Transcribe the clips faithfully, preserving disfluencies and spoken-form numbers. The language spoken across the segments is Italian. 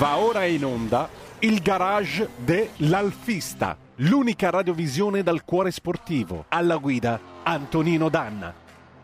Va ora in onda il garage dell'Alfista, l'unica radiovisione dal cuore sportivo. Alla guida Antonino Danna.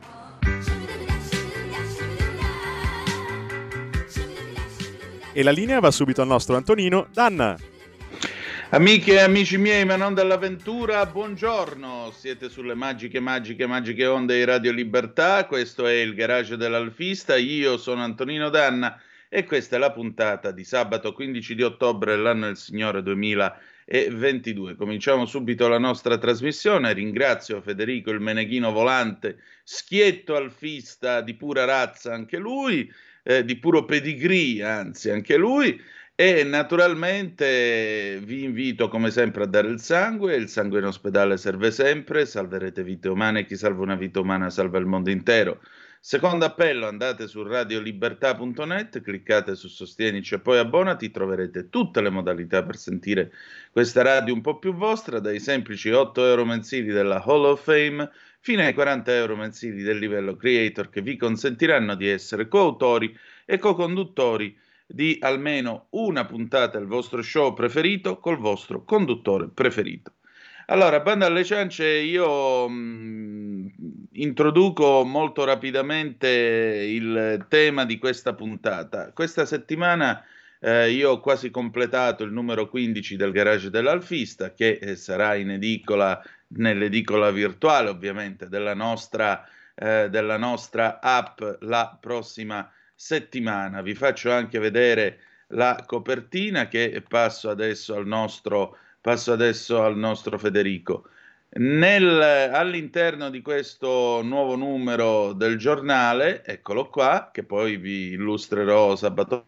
E la linea va subito al nostro Antonino Danna. Amiche e amici miei, ma non dell'avventura, buongiorno. Siete sulle magiche, magiche, magiche onde di Radio Libertà. Questo è il garage dell'Alfista. Io sono Antonino Danna e questa è la puntata di sabato quindici di ottobre dell'anno del Signore duemilaventidue. Cominciamo subito la nostra trasmissione. Ringrazio Federico il Meneghino Volante, schietto alfista di pura razza anche lui, eh, di puro pedigree anzi anche lui. E naturalmente vi invito come sempre a dare il sangue. Il sangue in ospedale serve sempre, salverete vite umane, chi salva una vita umana salva il mondo intero. Secondo appello, andate su radio libertà punto net, cliccate su Sostienici e poi abbonati, troverete tutte le modalità per sentire questa radio un po' più vostra, dai semplici otto euro mensili della Hall of Fame fino ai quaranta euro mensili del livello Creator, che vi consentiranno di essere coautori e co-conduttori di almeno una puntata del vostro show preferito col vostro conduttore preferito. Allora, banda alle ciance, io mh, introduco molto rapidamente il tema di questa puntata. Questa settimana eh, io ho quasi completato il numero quindici del garage dell'Alfista, che eh, sarà in edicola, nell'edicola virtuale ovviamente della nostra, eh, della nostra app la prossima settimana. Vi faccio anche vedere la copertina, che passo adesso al nostro, passo adesso al nostro Federico. Nel, all'interno di questo nuovo numero del giornale, eccolo qua, che poi vi illustrerò sabato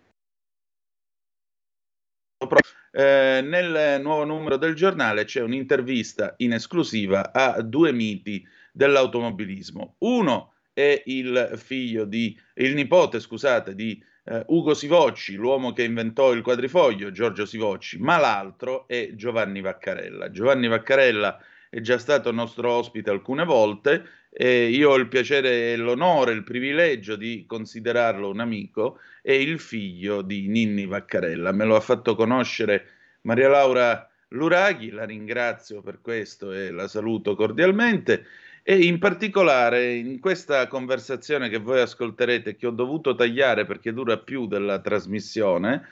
eh, nel nuovo numero del giornale c'è un'intervista in esclusiva a due miti dell'automobilismo. Uno è il figlio di, il nipote, scusate, di eh, Ugo Sivocci, l'uomo che inventò il quadrifoglio, Giorgio Sivocci, ma l'altro è Giovanni Vaccarella. Giovanni Vaccarella è già stato nostro ospite alcune volte e io ho il piacere e l'onore, il privilegio di considerarlo un amico. È il figlio di Ninni Vaccarella. Me lo ha fatto conoscere Maria Laura Luraghi, la ringrazio per questo e la saluto cordialmente. E in particolare in questa conversazione che voi ascolterete, che ho dovuto tagliare perché dura più della trasmissione,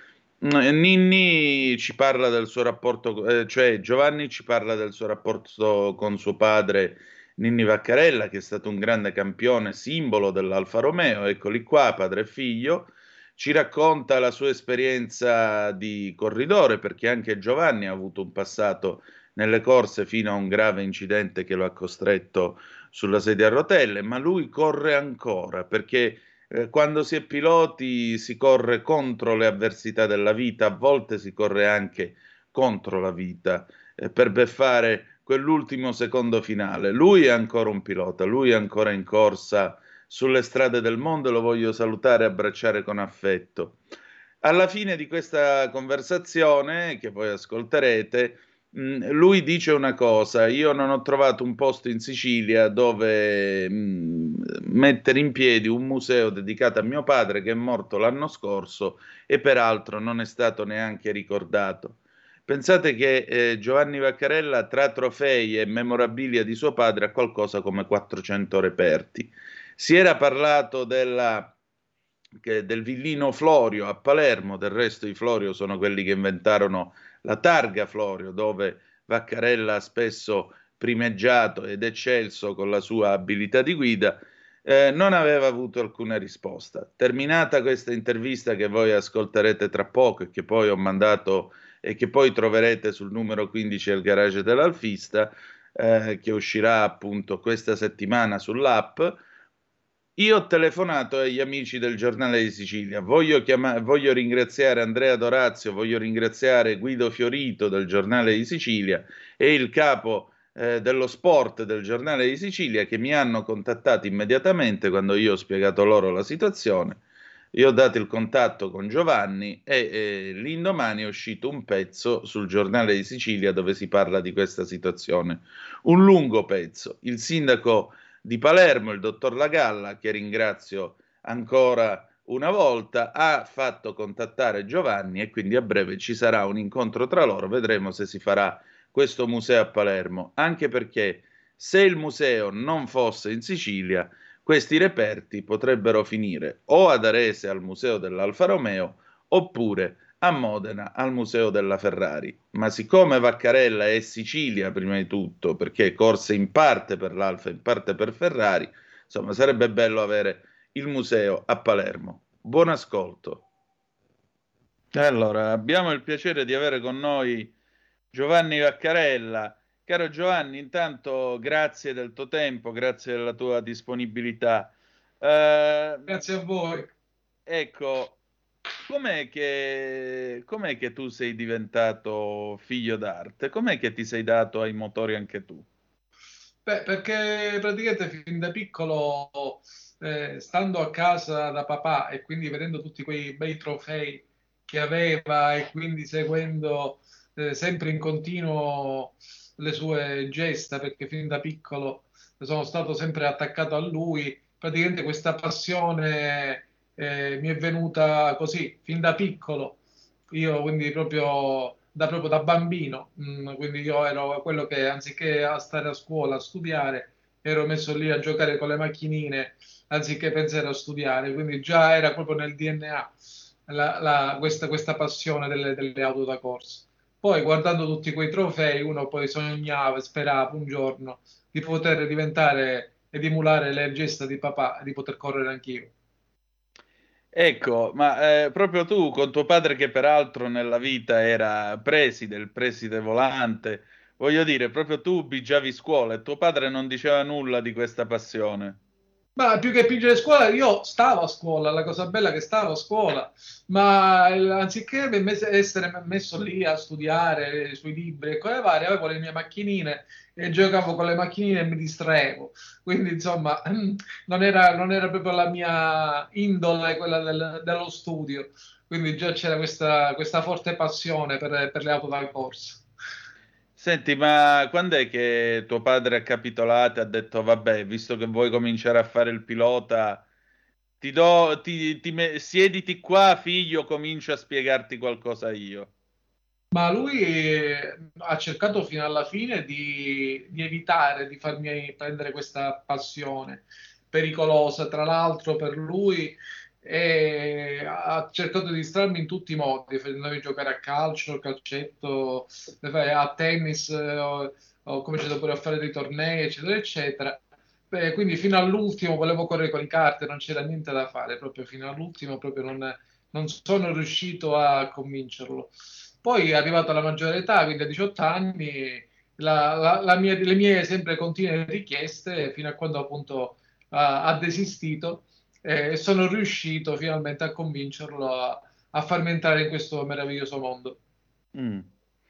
Ninni ci parla del suo rapporto, eh, cioè Giovanni ci parla del suo rapporto con suo padre Ninni Vaccarella, che è stato un grande campione, simbolo dell'Alfa Romeo. Eccoli qua, padre e figlio. Ci racconta la sua esperienza di corridore, perché anche Giovanni ha avuto un passato nelle corse fino a un grave incidente che lo ha costretto sulla sedia a rotelle, ma lui corre ancora perché eh, quando si è piloti si corre contro le avversità della vita, a volte si corre anche contro la vita eh, per beffare quell'ultimo secondo finale. Lui è ancora un pilota, lui è ancora in corsa sulle strade del mondo, lo voglio salutare e abbracciare con affetto. Alla fine di questa conversazione, che voi ascolterete, mh, lui dice una cosa: io non ho trovato un posto in Sicilia dove mh, mettere in piedi un museo dedicato a mio padre, che è morto l'anno scorso e peraltro non è stato neanche ricordato. Pensate che eh, Giovanni Vaccarella, tra trofei e memorabilia di suo padre, ha qualcosa come quattrocento reperti. Si era parlato della, che, del villino Florio a Palermo, del resto i Florio sono quelli che inventarono la targa Florio, dove Vaccarella ha spesso primeggiato ed eccelso con la sua abilità di guida. Eh, non aveva avuto alcuna risposta. Terminata questa intervista, che voi ascolterete tra poco e che poi ho mandato e che poi troverete sul numero quindici del garage dell'Alfista, eh, che uscirà appunto questa settimana sull'app, io ho telefonato agli amici del Giornale di Sicilia. Voglio, chiama- voglio ringraziare Andrea Dorazio, voglio ringraziare Guido Fiorito del Giornale di Sicilia e il capo eh, dello sport del Giornale di Sicilia, che mi hanno contattato immediatamente quando io ho spiegato loro la situazione. Io ho dato il contatto con Giovanni e eh, l'indomani è uscito un pezzo sul Giornale di Sicilia dove si parla di questa situazione. Un lungo pezzo. Il sindaco di Palermo, il dottor Lagalla, che ringrazio ancora una volta, ha fatto contattare Giovanni e quindi a breve ci sarà un incontro tra loro, vedremo se si farà questo museo a Palermo, anche perché se il museo non fosse in Sicilia, questi reperti potrebbero finire o ad Arese al Museo dell'Alfa Romeo oppure a Modena al Museo della Ferrari. Ma siccome Vaccarella è Sicilia prima di tutto, perché corse in parte per l'Alfa, in parte per Ferrari, insomma sarebbe bello avere il museo a Palermo. Buon ascolto. Allora, abbiamo il piacere di avere con noi Giovanni Vaccarella. Caro Giovanni, intanto grazie del tuo tempo, grazie della tua disponibilità. Eh, Grazie a voi. ecco, com'è che, com'è che tu sei diventato figlio d'arte? Com'è che ti sei dato ai motori anche tu? Beh, perché praticamente fin da piccolo, eh, stando a casa da papà e quindi vedendo tutti quei bei trofei che aveva e quindi seguendo eh, sempre in continuo le sue gesta, perché fin da piccolo sono stato sempre attaccato a lui, praticamente questa passione eh, mi è venuta così, fin da piccolo. Io quindi proprio da, proprio da bambino, mm, quindi io ero quello che anziché a stare a scuola a studiare, ero messo lì a giocare con le macchinine anziché pensare a studiare, quindi già era proprio nel D N A la- la- questa, questa passione delle, delle auto da corsa. Poi guardando tutti quei trofei, uno poi sognava e sperava un giorno di poter diventare ed emulare le gesta di papà e di poter correre anch'io. Ecco, ma eh, proprio tu con tuo padre che peraltro nella vita era preside, il preside volante, voglio dire, proprio tu bigiavi scuola e tuo padre non diceva nulla di questa passione. Ma più che pingere scuola, io stavo a scuola, la cosa bella è che stavo a scuola, ma eh, anziché me- me- essere messo lì a studiare sui libri e cose varie, avevo le mie macchinine e giocavo con le macchinine e mi distraevo. Quindi, insomma, non era, non era proprio la mia indole, quella del- dello studio. Quindi già c'era questa, questa forte passione per, per le auto da corsa. Senti, ma quando è che tuo padre ha capitolato e ha detto, vabbè, visto che vuoi cominciare a fare il pilota, ti do, ti, ti me- siediti qua, figlio, comincio a spiegarti qualcosa io. Ma lui eh, ha cercato fino alla fine di, di evitare di farmi prendere questa passione pericolosa, tra l'altro per lui, e ha cercato di distrarmi in tutti i modi, facendomi giocare a calcio, a calcetto, a tennis, eh, ho, ho cominciato pure a fare dei tornei, eccetera, eccetera. Beh, quindi fino all'ultimo volevo correre con i carte, non c'era niente da fare, proprio fino all'ultimo proprio non, non sono riuscito a convincerlo. Poi è arrivato alla maggiore età, quindi a diciotto anni, la, la- la mia- le mie sempre continue richieste, fino a quando appunto ha, ha desistito, eh, e sono riuscito finalmente a convincerlo a, a farmi entrare in questo meraviglioso mondo. Mm.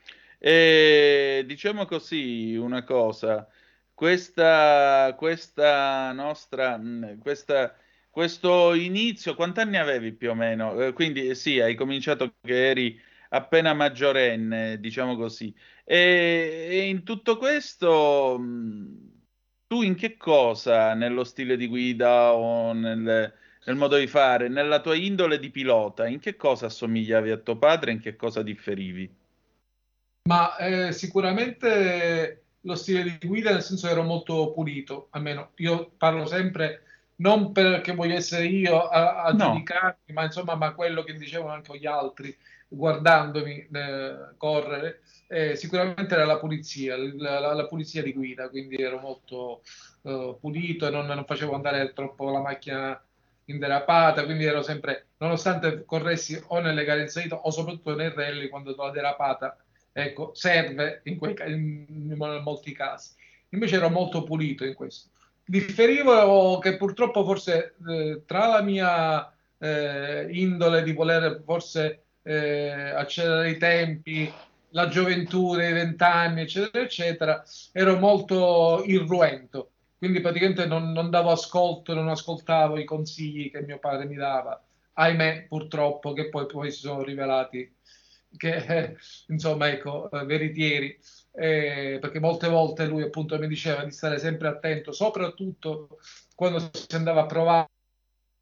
E diciamo così una cosa, questa, questa nostra, mh, questa, questo inizio, quanti anni avevi più o meno? Eh, quindi eh, sì, hai cominciato che eri appena maggiorenne, diciamo così. E, e in tutto questo, mh, tu in che cosa, nello stile di guida o nel, nel modo di fare, nella tua indole di pilota, in che cosa assomigliavi a tuo padre e in che cosa differivi? Ma eh, sicuramente lo stile di guida, nel senso ero molto pulito, almeno io parlo sempre non perché voglio essere io a, a No. giudicarmi, ma insomma, ma quello che dicevano anche gli altri guardandomi eh, correre, eh, sicuramente era la pulizia, la, la- la pulizia di guida, quindi ero molto eh, pulito e non, non facevo andare troppo la macchina in derapata, quindi ero sempre, nonostante corressi o nelle gare in salita o soprattutto nei rally, quando la derapata ecco, serve in, quei, in, in molti casi. Invece ero molto pulito in questo. Differivo che purtroppo forse eh, tra la mia eh, indole di voler forse eh, accelerare i tempi, la gioventù dei vent'anni, eccetera, eccetera, ero molto irruento. Quindi praticamente non, non davo ascolto, non ascoltavo i consigli che mio padre mi dava. Ahimè, purtroppo, che poi, poi si sono rivelati che eh, insomma, ecco, eh, veritieri, eh, perché molte volte lui appunto mi diceva di stare sempre attento, soprattutto quando si andava a provare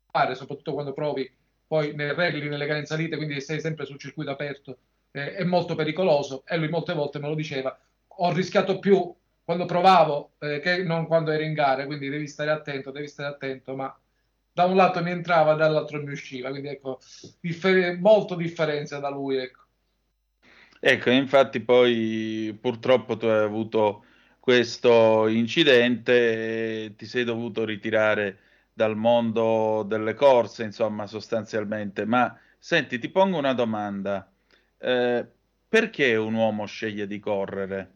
fare, soprattutto quando provi poi nei rally, nelle gare in salita, quindi sei sempre sul circuito aperto, eh, è molto pericoloso. E lui molte volte me lo diceva, ho rischiato più quando provavo eh, che non quando ero in gara, quindi devi stare attento, devi stare attento, ma da un lato mi entrava, dall'altro mi usciva, quindi ecco, differ- molto differenza da lui, ecco. Ecco, infatti poi purtroppo tu hai avuto questo incidente e ti sei dovuto ritirare dal mondo delle corse, insomma, sostanzialmente. Ma senti, ti pongo una domanda. Eh, perché un uomo sceglie di correre?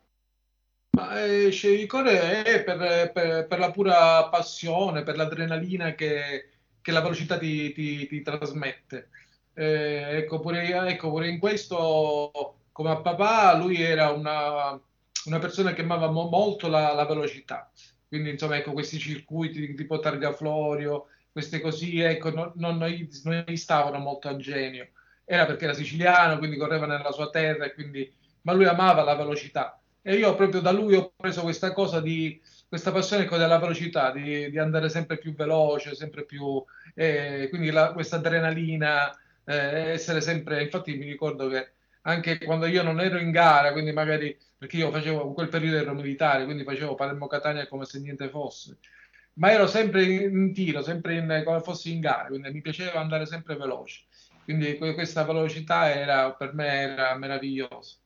Ma eh, scegli correre è per, per- per la pura passione, per l'adrenalina che, che la velocità ti, ti- ti trasmette. Eh, ecco, pure, ecco, pure in questo, come a papà, lui era una, una persona che amava mo- molto la, la velocità. Quindi, insomma, ecco, questi circuiti tipo Targaflorio, queste così, ecco, non, non, non gli non gli stavano molto a genio. Era perché era siciliano, quindi correva nella sua terra, e quindi, ma lui amava la velocità. E io proprio da lui ho preso questa cosa di questa passione ecco, della velocità, di, di andare sempre più veloce, sempre più, eh, quindi la- questa adrenalina, eh, essere sempre, infatti mi ricordo che anche quando io non ero in gara, quindi magari, perché io facevo, in quel periodo ero militare, quindi facevo Palermo-Catania come se niente fosse, ma ero sempre in tiro, sempre in, come fossi in gara, quindi mi piaceva andare sempre veloce. Quindi que- questa velocità era, per me era meravigliosa.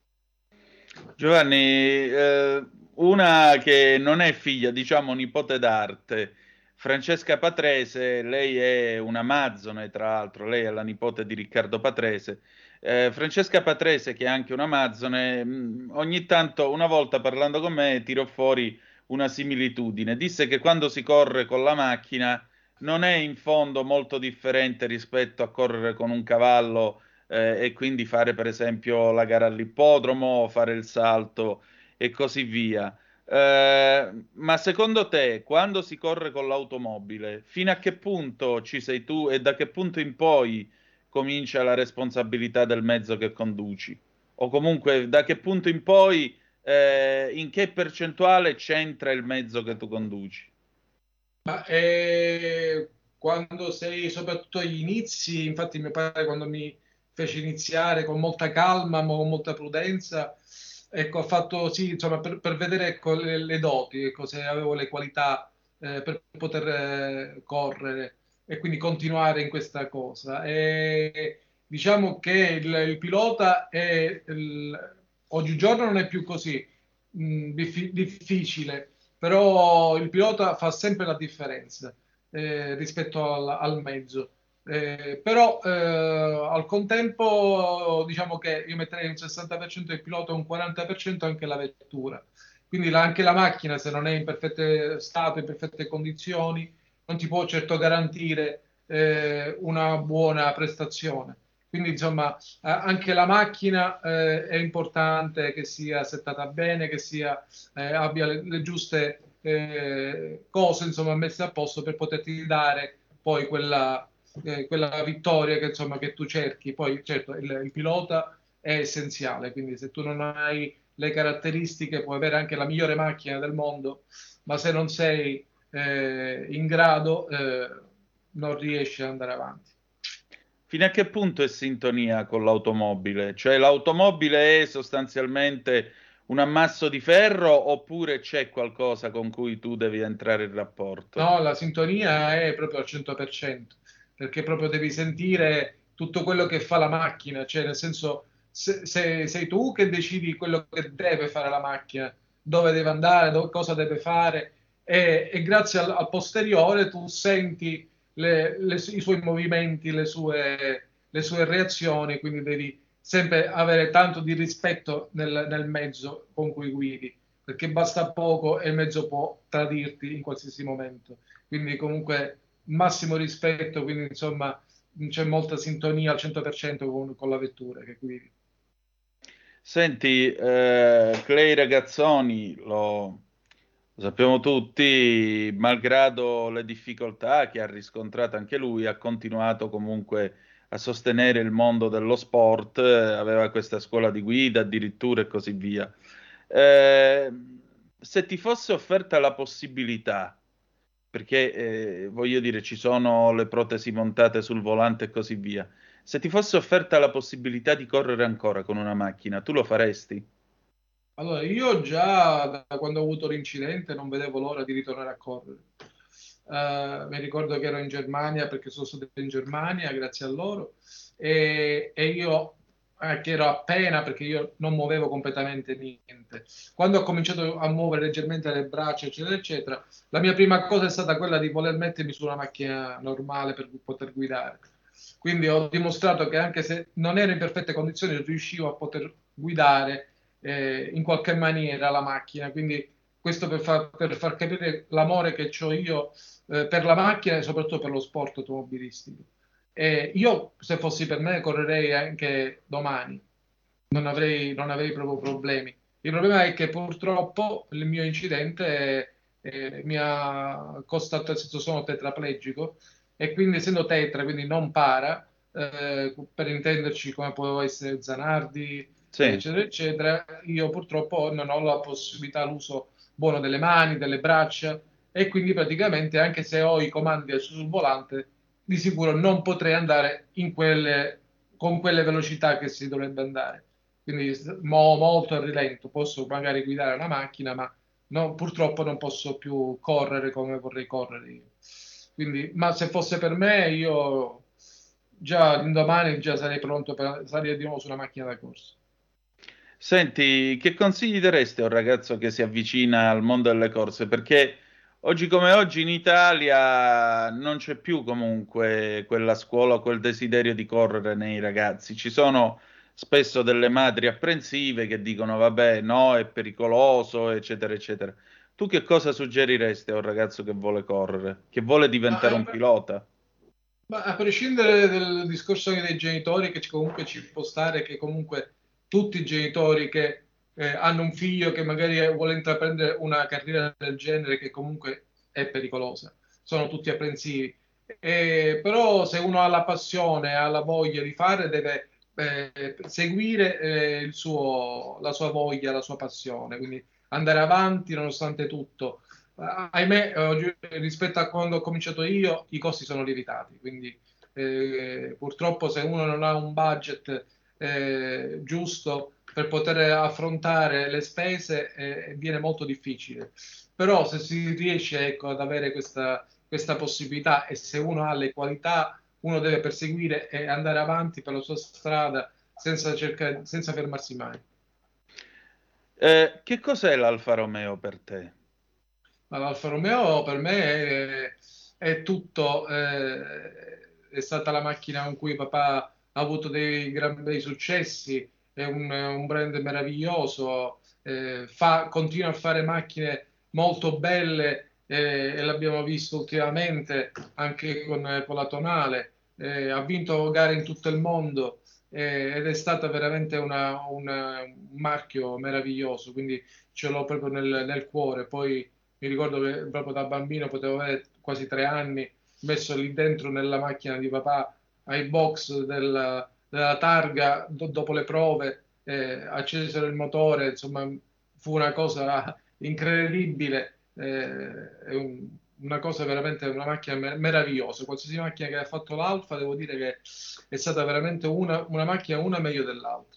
Giovanni, eh, una che non è figlia, diciamo nipote d'arte, Francesca Patrese, lei è un'amazzone, tra l'altro, lei è la nipote di Riccardo Patrese. Eh, Francesca Patrese, che è anche un'amazzone, mh, ogni tanto, una volta parlando con me, tirò fuori una similitudine. Disse che quando si corre con la macchina non è in fondo molto differente rispetto a correre con un cavallo eh, e quindi fare per esempio la gara all'ippodromo, fare il salto e così via. Eh, ma secondo te, quando si corre con l'automobile, fino a che punto ci sei tu e da che punto in poi comincia la responsabilità del mezzo che conduci? O comunque da che punto in poi, eh, in che percentuale c'entra il mezzo che tu conduci? Ma eh, quando sei soprattutto agli inizi, infatti mi pare quando mi fece iniziare con molta calma, ma con molta prudenza, ecco, ho fatto sì, insomma, per, per vedere ecco, le, le doti, ecco, se avevo le qualità eh, per poter eh, correre e quindi continuare in questa cosa. E diciamo che il, il pilota è, il- oggigiorno non è più così mh, diffi- difficile, però il pilota fa sempre la differenza eh, rispetto al, al mezzo. Eh, però eh, al contempo diciamo che io metterei un sessanta per cento il pilota e un quaranta per cento anche la vettura. Quindi la- anche la macchina, se non è in perfetto stato, in perfette condizioni, non ti può certo garantire eh, una buona prestazione. Quindi, insomma, eh, anche la macchina eh, è importante che sia settata bene, che sia, eh, abbia le, le giuste eh, cose, insomma, messe a posto per poterti dare poi quella, eh, quella vittoria che, insomma, che tu cerchi. Poi, certo, il, il pilota è essenziale, quindi se tu non hai le caratteristiche puoi avere anche la migliore macchina del mondo, ma se non sei eh, in grado eh, non riesci ad andare avanti. Fino a che punto è sintonia con l'automobile? Cioè l'automobile è sostanzialmente un ammasso di ferro oppure c'è qualcosa con cui tu devi entrare in rapporto? No, la sintonia è proprio al cento per cento, perché proprio devi sentire tutto quello che fa la macchina, cioè nel senso se, se- sei tu che decidi quello che deve fare la macchina, dove deve andare, dove- cosa deve fare e, e grazie al, al posteriore tu senti le- le- i suoi movimenti, le sue, le sue reazioni, quindi devi sempre avere tanto di rispetto nel nel mezzo con cui guidi perché basta poco e il mezzo può tradirti in qualsiasi momento. Quindi comunque massimo rispetto, quindi insomma c'è molta sintonia al cento per cento con, con la vettura che guidi. Senti, eh, Clay Ragazzoni, lo, lo sappiamo tutti, malgrado le difficoltà che ha riscontrato anche lui, ha continuato comunque a sostenere il mondo dello sport, eh, aveva questa scuola di guida addirittura e così via. Eh, Se ti fosse offerta la possibilità perché eh, voglio dire, ci sono le protesi montate sul volante e così via. Se ti fosse offerta la possibilità di correre ancora con una macchina, tu lo faresti? Allora, io già da quando ho avuto l'incidente non vedevo l'ora di ritornare a correre. Eh, mi ricordo che ero in Germania perché sono stato in Germania grazie a loro e, e io eh, che ero appena perché io non muovevo completamente niente. Quando ho cominciato a muovere leggermente le braccia, eccetera, eccetera, la mia prima cosa è stata quella di voler mettermi su una macchina normale per poter guidare. Quindi ho dimostrato che anche se non ero in perfette condizioni, riuscivo a poter guidare eh, in qualche maniera la macchina. Quindi questo per far, per far capire l'amore che ho io eh, per la macchina e soprattutto per lo sport automobilistico. E io, se fossi per me, correrei anche domani, non avrei, non avrei proprio problemi. Il problema è che purtroppo il mio incidente eh, mi ha costato, nel senso sono tetraplegico e quindi essendo tetra, quindi non para, eh, per intenderci come può essere Zanardi, Sì. eccetera, eccetera, io purtroppo non ho la possibilità, l'uso buono delle mani, delle braccia e quindi praticamente anche se ho i comandi sul volante, di sicuro non potrei andare in quelle, con quelle velocità che si dovrebbe andare. Quindi mo, molto a rilento, posso magari guidare una macchina, ma no, purtroppo non posso più correre come vorrei correre io. Quindi, ma se fosse per me, io già l'indomani già sarei pronto per salire di nuovo su una macchina da corsa. Senti, che consigli daresti a un ragazzo che si avvicina al mondo delle corse? Perché oggi come oggi in Italia non c'è più comunque quella scuola, quel desiderio di correre nei ragazzi. Ci sono spesso delle madri apprensive che dicono, vabbè, no, è pericoloso, eccetera, eccetera. Tu che cosa suggeriresti a un ragazzo che vuole correre, che vuole Ma, diventare un eh, pilota? Ma a prescindere dal discorso anche dei genitori, che ci- comunque ci può stare che comunque tutti i genitori che eh, hanno un figlio che magari vuole intraprendere una carriera del genere, che comunque è pericolosa, sono tutti apprensivi. Eh, però se uno ha la passione, ha la voglia di fare, deve eh, seguire eh, il suo- la sua voglia, la sua passione, quindi andare avanti nonostante tutto. Ah, ahimè, oggi, rispetto a quando ho cominciato io, i costi sono lievitati, quindi eh, purtroppo se uno non ha un budget eh, giusto per poter affrontare le spese, eh, viene molto difficile. Però se si riesce, ecco, ad avere questa, questa possibilità e se uno ha le qualità, uno deve perseguire e andare avanti per la sua strada senza, cercare, senza fermarsi mai. Eh, che cos'è l'Alfa Romeo per te? Ma l'Alfa Romeo per me è, è tutto, eh, è stata la macchina con cui papà ha avuto dei gran bei successi, è un, un brand meraviglioso, eh, fa- continua a fare macchine molto belle eh, e l'abbiamo visto ultimamente anche con, con la Tonale, eh, ha vinto gare in tutto il mondo eh, ed è stata veramente una- una- un marchio meraviglioso, quindi ce l'ho proprio nel, nel cuore. Poi mi ricordo che proprio da bambino potevo avere quasi tre anni, messo lì dentro nella macchina di papà ai box del- della targa do- dopo le prove, eh, accesero il motore, insomma fu una cosa incredibile, eh, è un- una cosa veramente, una macchina mer- meravigliosa. Qualsiasi macchina che ha fatto l'Alfa, devo dire che è stata veramente una, una macchina una meglio dell'altra.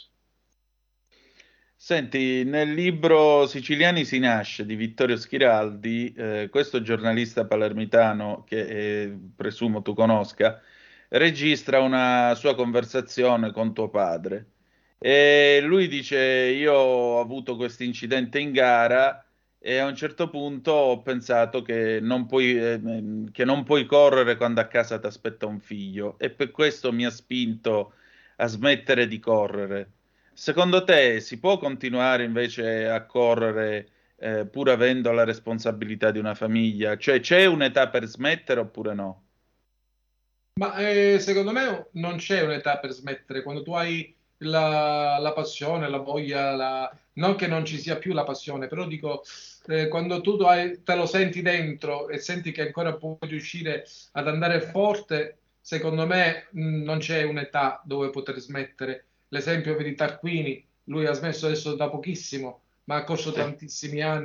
Senti, nel libro Siciliani si nasce di Vittorio Schiraldi, eh, questo giornalista palermitano che eh, presumo tu conosca, registra una sua conversazione con tuo padre e lui dice: Io ho avuto questo incidente in gara e a un certo punto ho pensato che non puoi, eh, che non puoi correre quando a casa ti aspetta un figlio e per questo mi ha spinto a smettere di correre. Secondo te si può continuare invece a correre eh, pur avendo la responsabilità di una famiglia? Cioè c'è un'età per smettere oppure no? Ma eh, secondo me non c'è un'età per smettere. Quando tu hai la, la passione, la voglia, la- non che non ci sia più la passione, però dico, eh, quando tu hai- te lo senti dentro e senti che ancora puoi riuscire ad andare forte, secondo me mh, non c'è un'età dove poter smettere. L'esempio vedi Tarquini, lui ha smesso adesso da pochissimo, ma ha corso Sì. tantissimi anni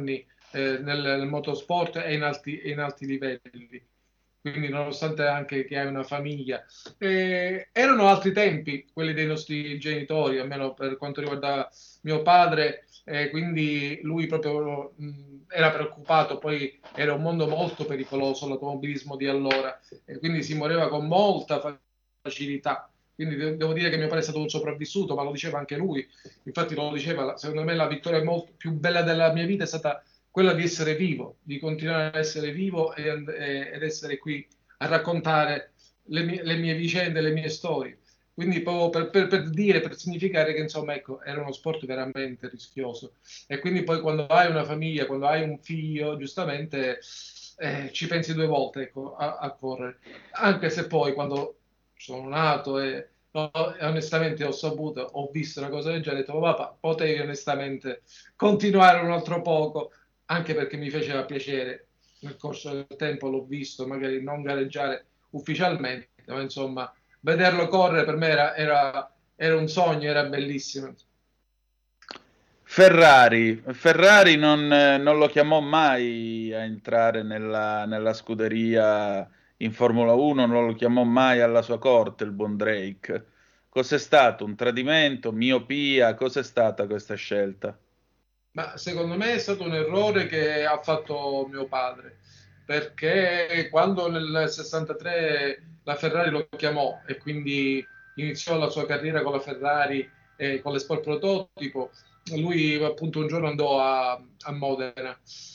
eh, nel, nel motorsport e in alti, e in alti livelli. Quindi nonostante anche che hai una famiglia, eh, erano altri tempi, quelli dei nostri genitori, almeno per quanto riguarda mio padre, eh, quindi lui proprio mh, era preoccupato, poi era un mondo molto pericoloso l'automobilismo di allora, e quindi si muoveva con molta facilità. Quindi de- devo dire che mio padre è stato un sopravvissuto, ma lo diceva anche lui. Infatti lo diceva, secondo me la vittoria molto più bella della mia vita è stata quella di essere vivo, di continuare ad essere vivo e, e, ed essere qui a raccontare le mie, le mie vicende, le mie storie. Quindi proprio per, per, per dire, per significare che insomma, ecco, era uno sport veramente rischioso. E quindi poi quando hai una famiglia, quando hai un figlio, giustamente eh, ci pensi due volte, ecco, a, a correre. Anche se poi quando sono nato e, no, e onestamente ho saputo, ho visto una cosa del genere, ho detto, papà, potevi onestamente continuare un altro poco, anche perché mi faceva piacere. Nel corso del tempo l'ho visto, magari non gareggiare ufficialmente, ma insomma, vederlo correre per me era, era, era un sogno, era bellissimo. Ferrari, Ferrari non, eh, non lo chiamò mai a entrare nella, nella scuderia in Formula uno, non lo chiamò mai alla sua corte il buon Drake. Cos'è stato? Un tradimento? Miopia? Cos'è stata questa scelta? Ma secondo me è stato un errore che ha fatto mio padre, perché quando nel sessantatré la Ferrari lo chiamò e quindi iniziò la sua carriera con la Ferrari e con l'Esport Prototipo, lui appunto un giorno andò a, a Modena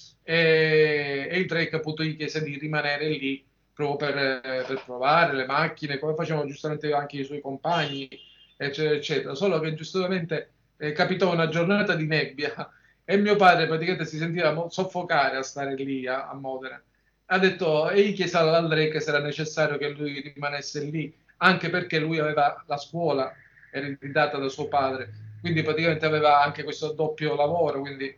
e, e il Drake appunto gli chiese di rimanere lì proprio per, per provare le macchine, come facevano giustamente anche i suoi compagni, eccetera, eccetera. Solo che giustamente eh, capitò una giornata di nebbia e mio padre praticamente si sentiva mo- soffocare a stare lì a, a Modena. Ha detto, e gli chiese all'Andrea se era necessario che lui rimanesse lì, anche perché lui aveva la scuola ereditata da suo padre, quindi praticamente aveva anche questo doppio lavoro. Quindi,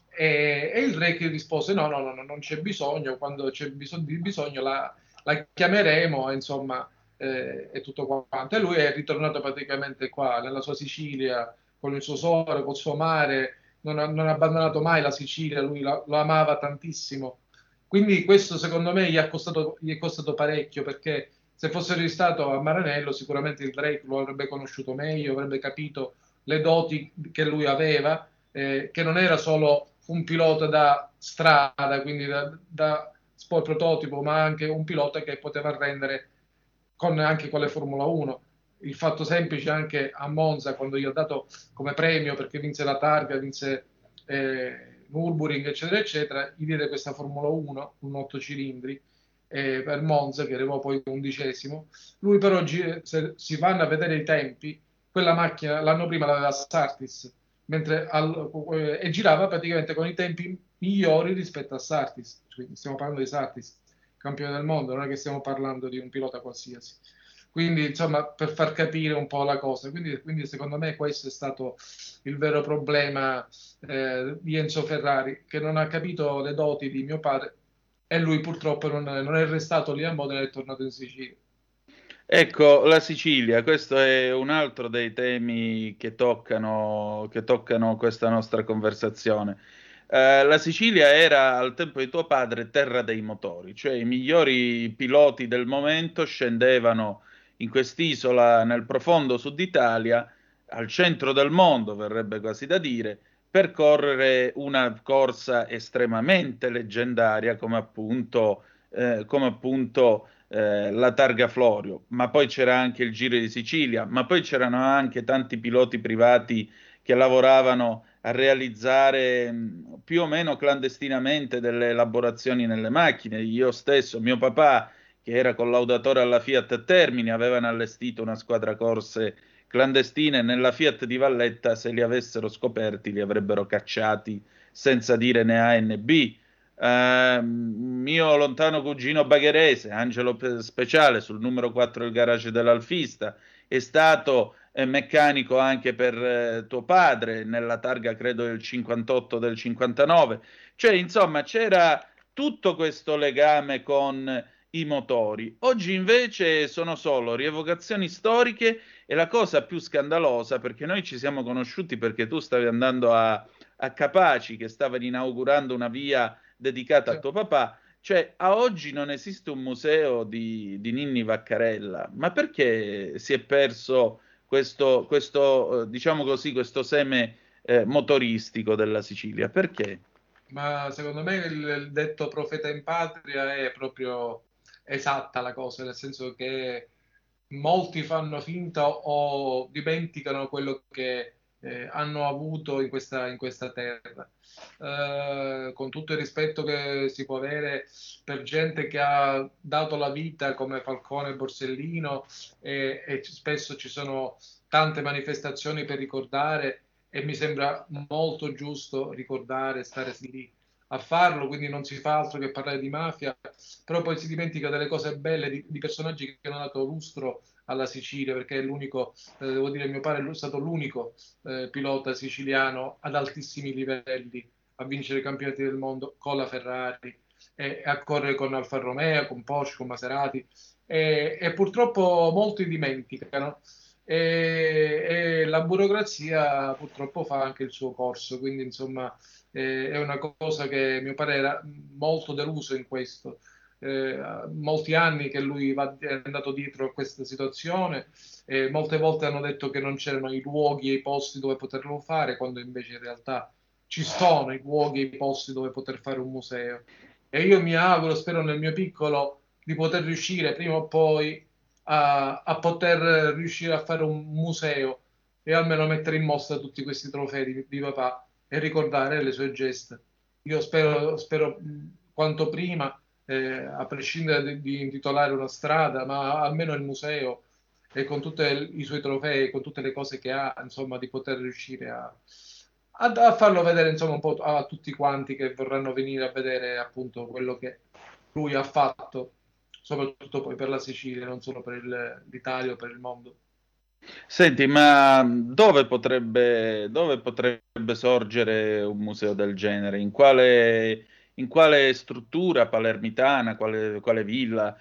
e, e il re che rispose: no, no, no, no, non c'è bisogno, quando c'è bisogno di bisogno la, la chiameremo, insomma, eh, e tutto quanto. E lui è ritornato praticamente qua nella sua Sicilia con il suo sole, col suo mare, non ha, non ha abbandonato mai la Sicilia, lui la, lo amava tantissimo. Quindi questo secondo me gli, ha costato, gli è costato parecchio, perché se fosse restato a Maranello sicuramente il Drake lo avrebbe conosciuto meglio, avrebbe capito le doti che lui aveva, eh, che non era solo un pilota da strada, quindi da, da sport prototipo, ma anche un pilota che poteva rendere con, anche con le Formula uno. Il fatto semplice anche a Monza, quando gli ho dato come premio perché vinse la targa, vinse eh, Nürburgring, eccetera, eccetera, gli diede questa Formula uno, un otto cilindri, eh, per Monza, che arrivò poi undicesimo. Lui però, se si vanno a vedere i tempi, quella macchina l'anno prima l'aveva Sartis, mentre al, eh, e girava praticamente con i tempi migliori rispetto a Sartis. Quindi stiamo parlando di Sartis, campione del mondo, non è che stiamo parlando di un pilota qualsiasi. Quindi, insomma, per far capire un po' la cosa. Quindi, quindi secondo me questo è stato il vero problema eh, di Enzo Ferrari, che non ha capito le doti di mio padre e lui purtroppo non, non è restato lì a Modena e è tornato in Sicilia. Ecco, la Sicilia, questo è un altro dei temi che toccano, che toccano questa nostra conversazione. Eh, la Sicilia era al tempo di tuo padre terra dei motori, cioè i migliori piloti del momento scendevano in quest'isola nel profondo sud Italia, al centro del mondo, verrebbe quasi da dire, per correre una corsa estremamente leggendaria come appunto, eh, come appunto eh, la Targa Florio, ma poi c'era anche il Giro di Sicilia, ma poi c'erano anche tanti piloti privati che lavoravano a realizzare mh, più o meno clandestinamente delle elaborazioni nelle macchine. Io stesso, mio papà, che era collaudatore alla Fiat Termini, avevano allestito una squadra corse clandestine nella Fiat di Valletta. Se li avessero scoperti li avrebbero cacciati senza dire né A né B. Uh, mio lontano cugino bagherese, Angelo Speciale, sul numero quattro del garage dell'Alfista, è stato eh, meccanico anche per eh, tuo padre, nella targa credo del cinquantotto, del cinquantanove. Cioè, insomma, c'era tutto questo legame con i motori. Oggi invece sono solo rievocazioni storiche e la cosa più scandalosa, perché noi ci siamo conosciuti perché tu stavi andando a a Capaci che stavano inaugurando una via dedicata a tuo papà. Cioè, a oggi non esiste un museo di, di Ninni Vaccarella, ma perché si è perso questo, questo eh, diciamo così, questo seme eh, motoristico della Sicilia? Perché? Ma secondo me il, il detto profeta in patria è proprio esatta la cosa, nel senso che molti fanno finta o dimenticano quello che eh, hanno avuto in questa, in questa terra. Eh, con tutto il rispetto che si può avere per gente che ha dato la vita come Falcone e Borsellino, e, e spesso ci sono tante manifestazioni per ricordare, e mi sembra molto giusto ricordare, stare lì a farlo, quindi non si fa altro che parlare di mafia, però poi si dimentica delle cose belle, di, di personaggi che hanno dato lustro alla Sicilia, perché è l'unico, eh, devo dire, mio padre è stato l'unico eh, pilota siciliano ad altissimi livelli a vincere i campionati del mondo con la Ferrari, e, e a correre con Alfa Romeo, con Porsche, con Maserati, e, e purtroppo molti dimenticano. E, e la burocrazia purtroppo fa anche il suo corso, quindi insomma eh, è una cosa che mio padre era molto deluso in questo. Eh, molti anni che lui va, è andato dietro a questa situazione, e molte volte hanno detto che non c'erano i luoghi e i posti dove poterlo fare, quando invece in realtà ci sono i luoghi e i posti dove poter fare un museo. E io mi auguro, spero nel mio piccolo, di poter riuscire prima o poi a, a poter riuscire a fare un museo e almeno mettere in mostra tutti questi trofei di, di papà e ricordare le sue gesta. Io spero, spero mh, quanto prima, eh, a prescindere di, di intitolare una strada, ma almeno il museo, e con tutti i suoi trofei, con tutte le cose che ha, insomma, di poter riuscire a, a, a farlo vedere, insomma, un po' a tutti quanti che vorranno venire a vedere appunto quello che lui ha fatto, soprattutto poi per la Sicilia, non solo per il- l'Italia o per il mondo. Senti, ma dove potrebbe, dove potrebbe sorgere un museo del genere? In quale, in quale struttura palermitana? Quale, quale villa?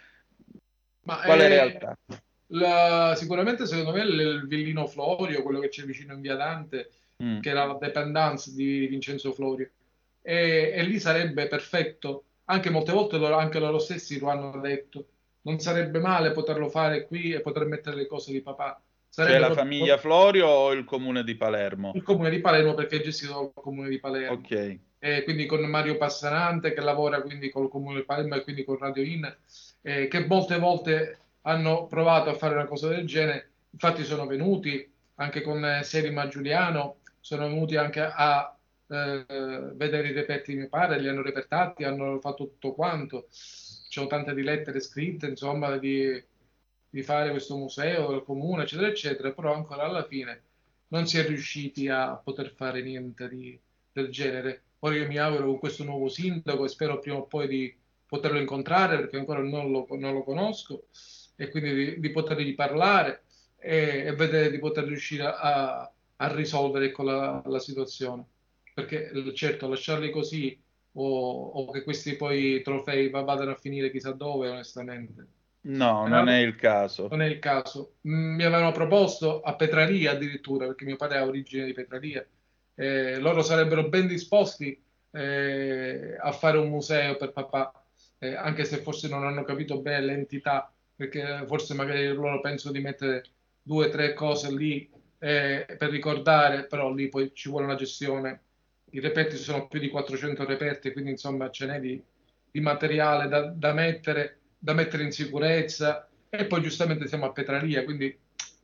Ma Quale è realtà? la- sicuramente secondo me il, il Villino Florio, quello che c'è vicino in Via Dante, Mm. che era la dependance di Vincenzo Florio, e, e lì sarebbe perfetto, anche molte volte loro, anche loro stessi lo hanno detto, non sarebbe male poterlo fare qui e poter mettere le cose di papà, Cioè sarebbe la famiglia proprio Florio o il comune di Palermo? il comune di Palermo, perché è gestito dal comune di Palermo. Ok. E quindi con Mario Passanante che lavora quindi col comune di Palermo e quindi con Radio In, eh, che molte volte hanno provato a fare una cosa del genere. Infatti sono venuti anche con eh, Serima Giuliano, sono venuti anche a eh, vedere i reperti di mio padre, li hanno repertati, hanno fatto tutto quanto. Ci sono tante di lettere scritte, insomma, di, di fare questo museo del comune, eccetera, eccetera, però ancora alla fine non si è riusciti a poter fare niente di- del genere. Ora io mi auguro con questo nuovo sindaco, e spero prima o poi di poterlo incontrare, perché ancora non lo, non lo conosco, e quindi di, di potergli parlare e, e vedere di poter riuscire a, a risolvere, ecco, la, la situazione. Perché eh, certo, lasciarli così, o, o che questi poi trofei va- vadano a finire chissà dove, onestamente. No, non è Però il caso. non è il caso. Mm, Mi avevano proposto a Petralia addirittura, perché mio padre ha origine di Petralia. Eh, loro sarebbero ben disposti eh, a fare un museo per papà, eh, anche se forse non hanno capito bene l'entità, perché forse magari loro pensano di mettere due o tre cose lì eh, per ricordare, però lì poi ci vuole una gestione. I reperti sono più di quattrocento reperti, quindi insomma ce n'è di, di materiale da, da mettere, da mettere in sicurezza, e poi giustamente siamo a Petralia, quindi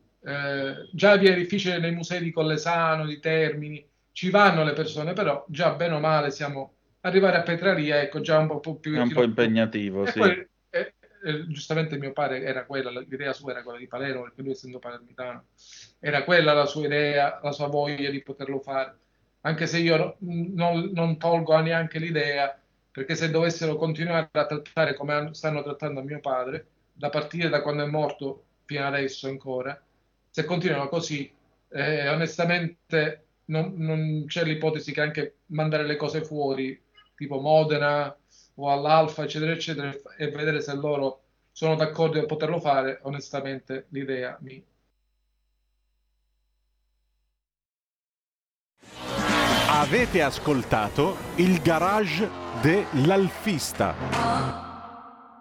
eh, già vi è difficile nei musei di Collesano, di Termini, ci vanno le persone, però già bene o male siamo arrivare a Petralia, ecco, già un po' più È un po' pochettino più. impegnativo, E sì. poi eh, eh, giustamente mio padre era quella, l'idea sua era quella di Palermo, perché lui essendo palermitano, era quella la sua idea, la sua voglia di poterlo fare, anche se io no- non, non tolgo neanche l'idea, perché se dovessero continuare a trattare come hanno- stanno trattando mio padre, da partire da quando è morto fino adesso ancora, se continuano così, eh, onestamente non, non c'è l'ipotesi che anche mandare le cose fuori, tipo Modena o all'Alfa, eccetera, eccetera, e vedere se loro sono d'accordo a poterlo fare, onestamente l'idea mi... Avete ascoltato il garage dell'Alfista.